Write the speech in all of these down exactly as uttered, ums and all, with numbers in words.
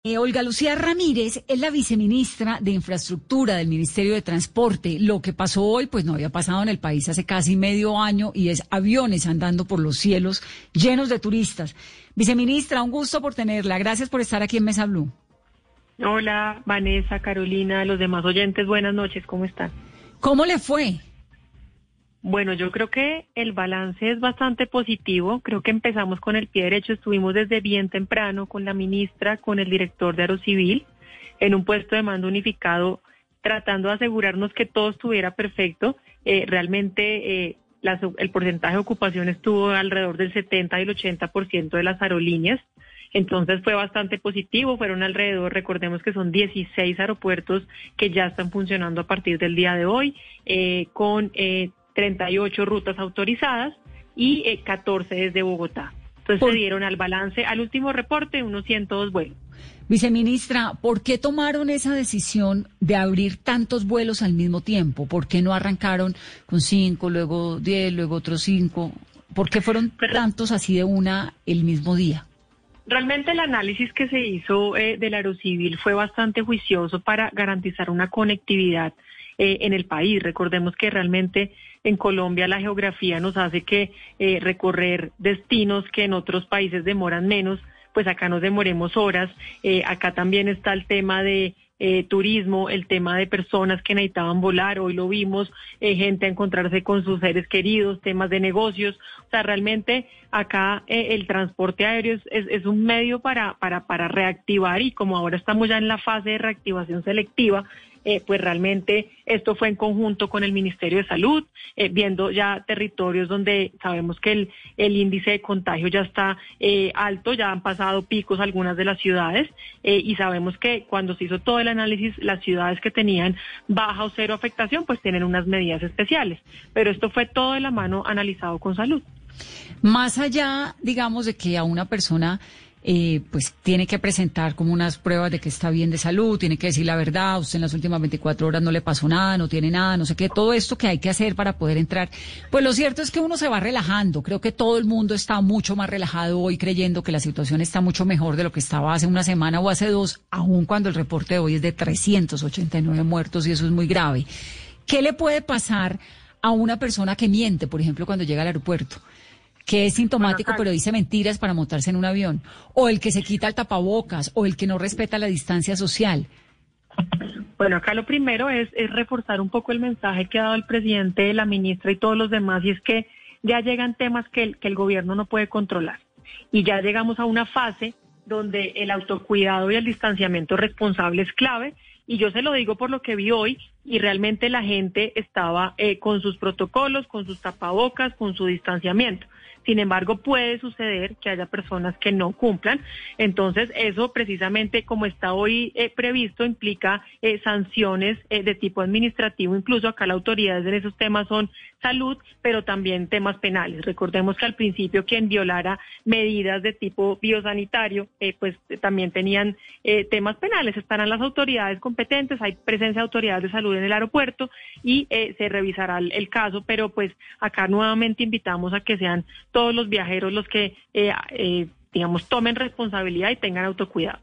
Eh, Olga Lucía Ramírez es la viceministra de Infraestructura del Ministerio de Transporte. Lo que pasó hoy, pues no había pasado en el país hace casi medio año y es aviones andando por los cielos llenos de turistas. Viceministra, un gusto por tenerla. Gracias por estar aquí en Mesa Blue. Hola, Vanessa, Carolina, los demás oyentes, buenas noches, ¿cómo están? ¿Cómo le fue? Bueno, yo creo que el balance es bastante positivo. Creo que empezamos con el pie derecho. Estuvimos desde bien temprano con la ministra, con el director de Aerocivil, en un puesto de mando unificado, tratando de asegurarnos que todo estuviera perfecto. Eh, realmente eh, la, el porcentaje de ocupación estuvo alrededor del setenta y el ochenta por ciento de las aerolíneas. Entonces fue bastante positivo. Fueron alrededor, recordemos que son dieciséis aeropuertos que ya están funcionando a partir del día de hoy, eh, con... Eh, treinta y ocho rutas autorizadas y eh, catorce desde Bogotá. Entonces Por... se dieron al balance, al último reporte, unos ciento dos vuelos. Viceministra, ¿por qué tomaron esa decisión de abrir tantos vuelos al mismo tiempo? ¿Por qué no arrancaron con cinco, luego diez, luego otros cinco? ¿Por qué fueron Pero... tantos así de una el mismo día? Realmente el análisis que se hizo eh, del Aerocivil fue bastante juicioso para garantizar una conectividad eh, en el país. Recordemos que realmente en Colombia la geografía nos hace que eh, recorrer destinos que en otros países demoran menos, pues acá nos demoremos horas. Eh, acá también está el tema de eh, turismo, el tema de personas que necesitaban volar, hoy lo vimos, eh, gente a encontrarse con sus seres queridos, temas de negocios. O sea, realmente acá eh, el transporte aéreo es, es, es un medio para, para, para reactivar, y como ahora estamos ya en la fase de reactivación selectiva, Eh, pues realmente esto fue en conjunto con el Ministerio de Salud, eh, viendo ya territorios donde sabemos que el, el índice de contagio ya está eh, alto, ya han pasado picos algunas de las ciudades, eh, y sabemos que cuando se hizo todo el análisis, las ciudades que tenían baja o cero afectación, pues tienen unas medidas especiales. Pero esto fue todo de la mano analizado con salud. Más allá, digamos, de que a una persona... Eh, pues tiene que presentar como unas pruebas de que está bien de salud, tiene que decir la verdad, usted en las últimas veinticuatro horas no le pasó nada, no tiene nada, no sé qué, todo esto que hay que hacer para poder entrar. Pues lo cierto es que uno se va relajando. Creo que todo el mundo está mucho más relajado hoy, creyendo que la situación está mucho mejor de lo que estaba hace una semana o hace dos, aun cuando el reporte de hoy es de trescientos ochenta y nueve muertos, y eso es muy grave. ¿Qué le puede pasar a una persona que miente, por ejemplo, cuando llega al aeropuerto? Que es sintomático, pero dice mentiras para montarse en un avión, o el que se quita el tapabocas, o el que no respeta la distancia social. Bueno, acá lo primero es, es reforzar un poco el mensaje que ha dado el presidente, la ministra y todos los demás, y es que ya llegan temas que el, que el gobierno no puede controlar, y ya llegamos a una fase donde el autocuidado y el distanciamiento responsable es clave. Y yo se lo digo por lo que vi hoy, y realmente la gente estaba eh, con sus protocolos, con sus tapabocas, con su distanciamiento. Sin embargo, puede suceder que haya personas que no cumplan. Entonces, eso precisamente, como está hoy eh, previsto, implica eh, sanciones eh, de tipo administrativo. Incluso acá las autoridades en esos temas son salud, pero también temas penales. Recordemos que al principio quien violara medidas de tipo biosanitario, eh, pues eh, también tenían eh, temas penales. Estarán las autoridades competentes, hay presencia de autoridades de salud en el aeropuerto, y eh, se revisará el, el caso, pero pues acá nuevamente invitamos a que sean todos los viajeros los que, eh, eh, digamos, tomen responsabilidad y tengan autocuidado.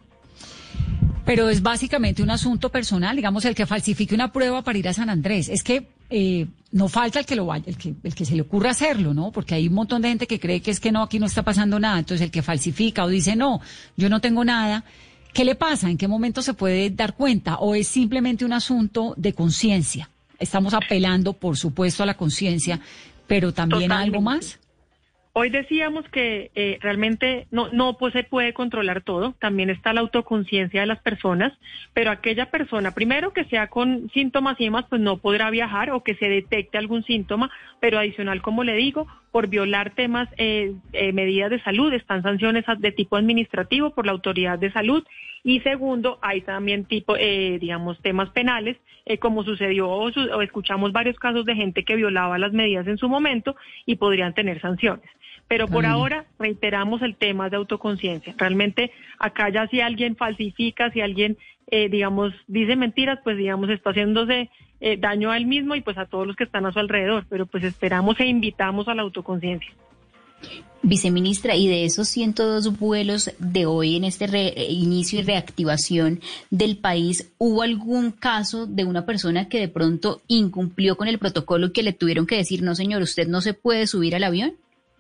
Pero es básicamente un asunto personal, digamos, el que falsifique una prueba para ir a San Andrés. Es que eh, no falta el que lo vaya, el que, el que se le ocurra hacerlo, ¿no? Porque hay un montón de gente que cree que es que no, aquí no está pasando nada. Entonces el que falsifica o dice, no, yo no tengo nada, ¿qué le pasa? ¿En qué momento se puede dar cuenta? ¿O es simplemente un asunto de conciencia? Estamos apelando, por supuesto, a la conciencia, pero también a algo más. Hoy decíamos que eh, realmente no, no pues, se puede controlar todo, también está la autoconciencia de las personas, pero aquella persona, primero que sea con síntomas y demás, pues no podrá viajar, o que se detecte algún síntoma, pero adicional, como le digo, por violar temas, eh, eh, medidas de salud, están sanciones de tipo administrativo por la autoridad de salud. Y segundo, hay también tipo, eh, digamos, temas penales, eh, como sucedió o, su, o escuchamos varios casos de gente que violaba las medidas en su momento y podrían tener sanciones. Pero por Ay. ahora reiteramos el tema de autoconciencia. Realmente acá ya si alguien falsifica, si alguien, eh, digamos, dice mentiras, pues digamos está haciéndose eh, daño a él mismo y pues a todos los que están a su alrededor. Pero pues esperamos e invitamos a la autoconciencia. Viceministra, y de esos ciento dos vuelos de hoy en este re- inicio y reactivación del país, ¿hubo algún caso de una persona que de pronto incumplió con el protocolo y que le tuvieron que decir, no señor, usted no se puede subir al avión?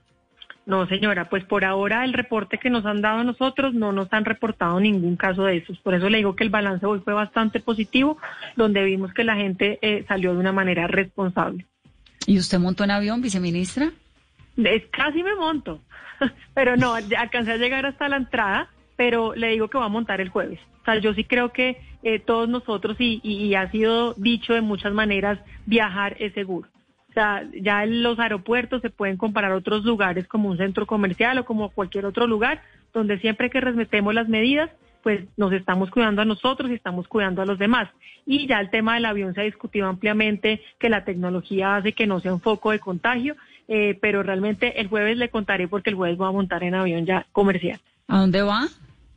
No, señora, pues por ahora el reporte que nos han dado a nosotros no nos han reportado ningún caso de esos. Por eso le digo que el balance hoy fue bastante positivo, donde vimos que la gente eh, salió de una manera responsable. ¿Y usted montó en avión, viceministra? Es, casi me monto, pero no, ya alcancé a llegar hasta la entrada, pero le digo que voy a montar el jueves. O sea, yo sí creo que eh, todos nosotros, y, y, y ha sido dicho de muchas maneras, viajar es seguro. O sea, ya en los aeropuertos se pueden comparar otros lugares como un centro comercial o como cualquier otro lugar, donde siempre que respetemos las medidas, pues nos estamos cuidando a nosotros y estamos cuidando a los demás. Y ya el tema del avión se ha discutido ampliamente, que la tecnología hace que no sea un foco de contagio, eh, pero realmente el jueves le contaré porque el jueves voy a montar en avión ya comercial. ¿A dónde va?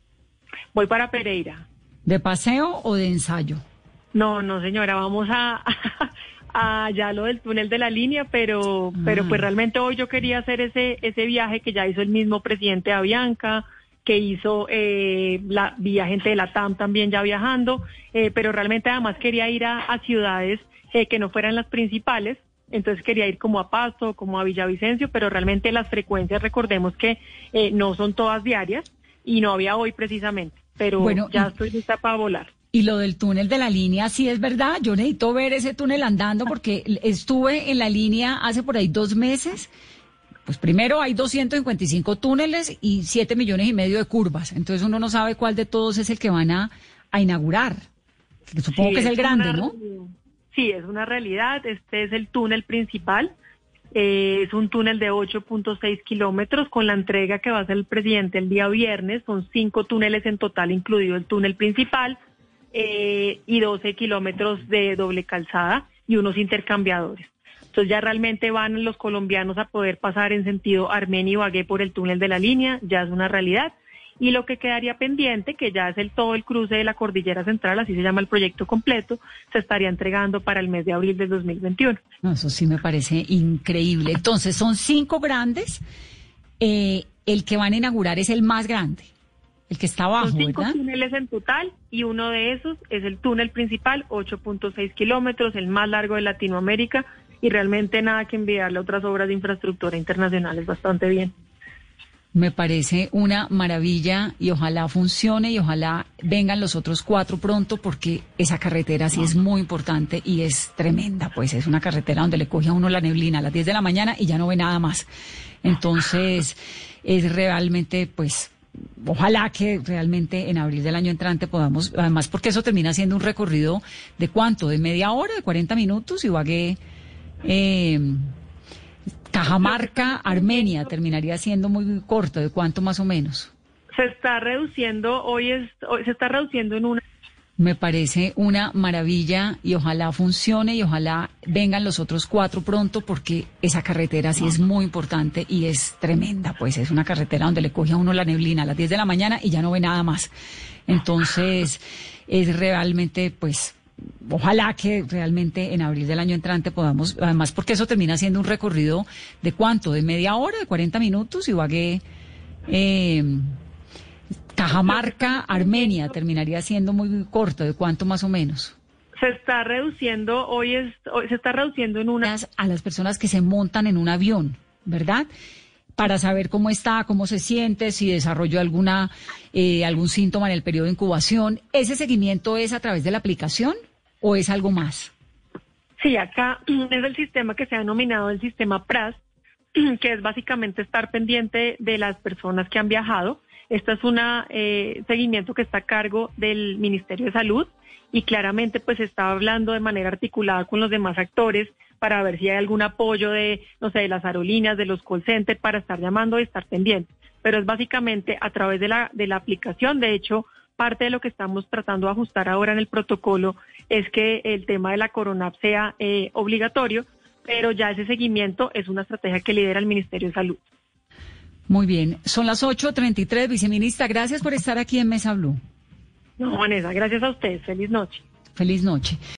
Voy para Pereira. ¿De paseo o de ensayo? No, no señora, vamos a... a ya lo del túnel de la línea, pero, ah. pero pues realmente hoy yo quería hacer ese, ese viaje que ya hizo el mismo presidente Avianca, que hizo eh, la vía gente de la T A M también ya viajando, eh, pero realmente además quería ir a, a ciudades eh, que no fueran las principales, entonces quería ir como a Pasto, como a Villavicencio, pero realmente las frecuencias, recordemos que eh, no son todas diarias y no había hoy precisamente, pero bueno, ya y, estoy lista para volar. Y lo del túnel de la línea, sí es verdad, yo necesito ver ese túnel andando porque estuve en la línea hace por ahí dos meses. Pues primero hay doscientos cincuenta y cinco túneles y siete millones y medio de curvas. Entonces uno no sabe cuál de todos es el que van a, a inaugurar. Supongo sí, que es el grande, una, ¿no? Sí, es una realidad. Este es el túnel principal. Eh, es un túnel de ocho punto seis kilómetros con la entrega que va a hacer el presidente el día viernes. Son cinco túneles en total, incluido el túnel principal, eh, y doce kilómetros de doble calzada y unos intercambiadores. Entonces ya realmente van los colombianos a poder pasar en sentido Armenia-Ibagué por el túnel de la línea, ya es una realidad. Y lo que quedaría pendiente, que ya es el todo el cruce de la Cordillera Central, así se llama el proyecto completo, se estaría entregando para el mes de abril del dos mil veintiuno. No, eso sí me parece increíble. Entonces son cinco grandes, eh, el que van a inaugurar es el más grande, el que está abajo, son cinco ¿verdad? túneles en total y uno de esos es el túnel principal, ocho punto seis kilómetros, el más largo de Latinoamérica, y realmente nada que envidiarle a otras obras de infraestructura internacionales, bastante bien. Me parece una maravilla y ojalá funcione y ojalá vengan los otros cuatro pronto porque esa carretera sí es muy importante y es tremenda, pues es una carretera donde le coge a uno la neblina a las diez de la mañana y ya no ve nada más. Entonces es realmente, pues, ojalá que realmente en abril del año entrante podamos, además porque eso termina siendo un recorrido de ¿cuánto? ¿De media hora? ¿De cuarenta minutos? Ibagué... Eh, Cajamarca, Armenia, terminaría siendo muy corto. ¿De cuánto más o menos? Se está reduciendo, hoy es, hoy se está reduciendo en una. Me parece una maravilla y ojalá funcione y ojalá vengan los otros cuatro pronto porque esa carretera sí es muy importante y es tremenda, pues es una carretera donde le coge a uno la neblina a las diez de la mañana y ya no ve nada más. Entonces es realmente, pues... Ojalá que realmente en abril del año entrante podamos, además porque eso termina siendo un recorrido de ¿cuánto? ¿De media hora? ¿De cuarenta minutos? Ibagué, eh, Cajamarca, Armenia, terminaría siendo muy corto. ¿De cuánto más o menos? Se está reduciendo, hoy es, hoy se está reduciendo en una... A las personas que se montan en un avión, ¿verdad? Para saber cómo está, cómo se siente, si desarrolló alguna eh, algún síntoma en el periodo de incubación. ¿Ese seguimiento es a través de la aplicación o es algo más? Sí, acá es el sistema que se ha denominado el sistema P R A S, que es básicamente estar pendiente de las personas que han viajado. Este es un eh, seguimiento que está a cargo del Ministerio de Salud y claramente pues está hablando de manera articulada con los demás actores para ver si hay algún apoyo de, no sé, de las aerolíneas, de los call centers, para estar llamando y estar pendientes. Pero es básicamente a través de la, de la aplicación. De hecho, parte de lo que estamos tratando de ajustar ahora en el protocolo es que el tema de la Coronap sea eh, obligatorio, pero ya ese seguimiento es una estrategia que lidera el Ministerio de Salud. Muy bien. Son las ocho treinta y tres, viceministra. Gracias por estar aquí en Mesa Blue. No, Vanessa, gracias a ustedes. Feliz noche. Feliz noche.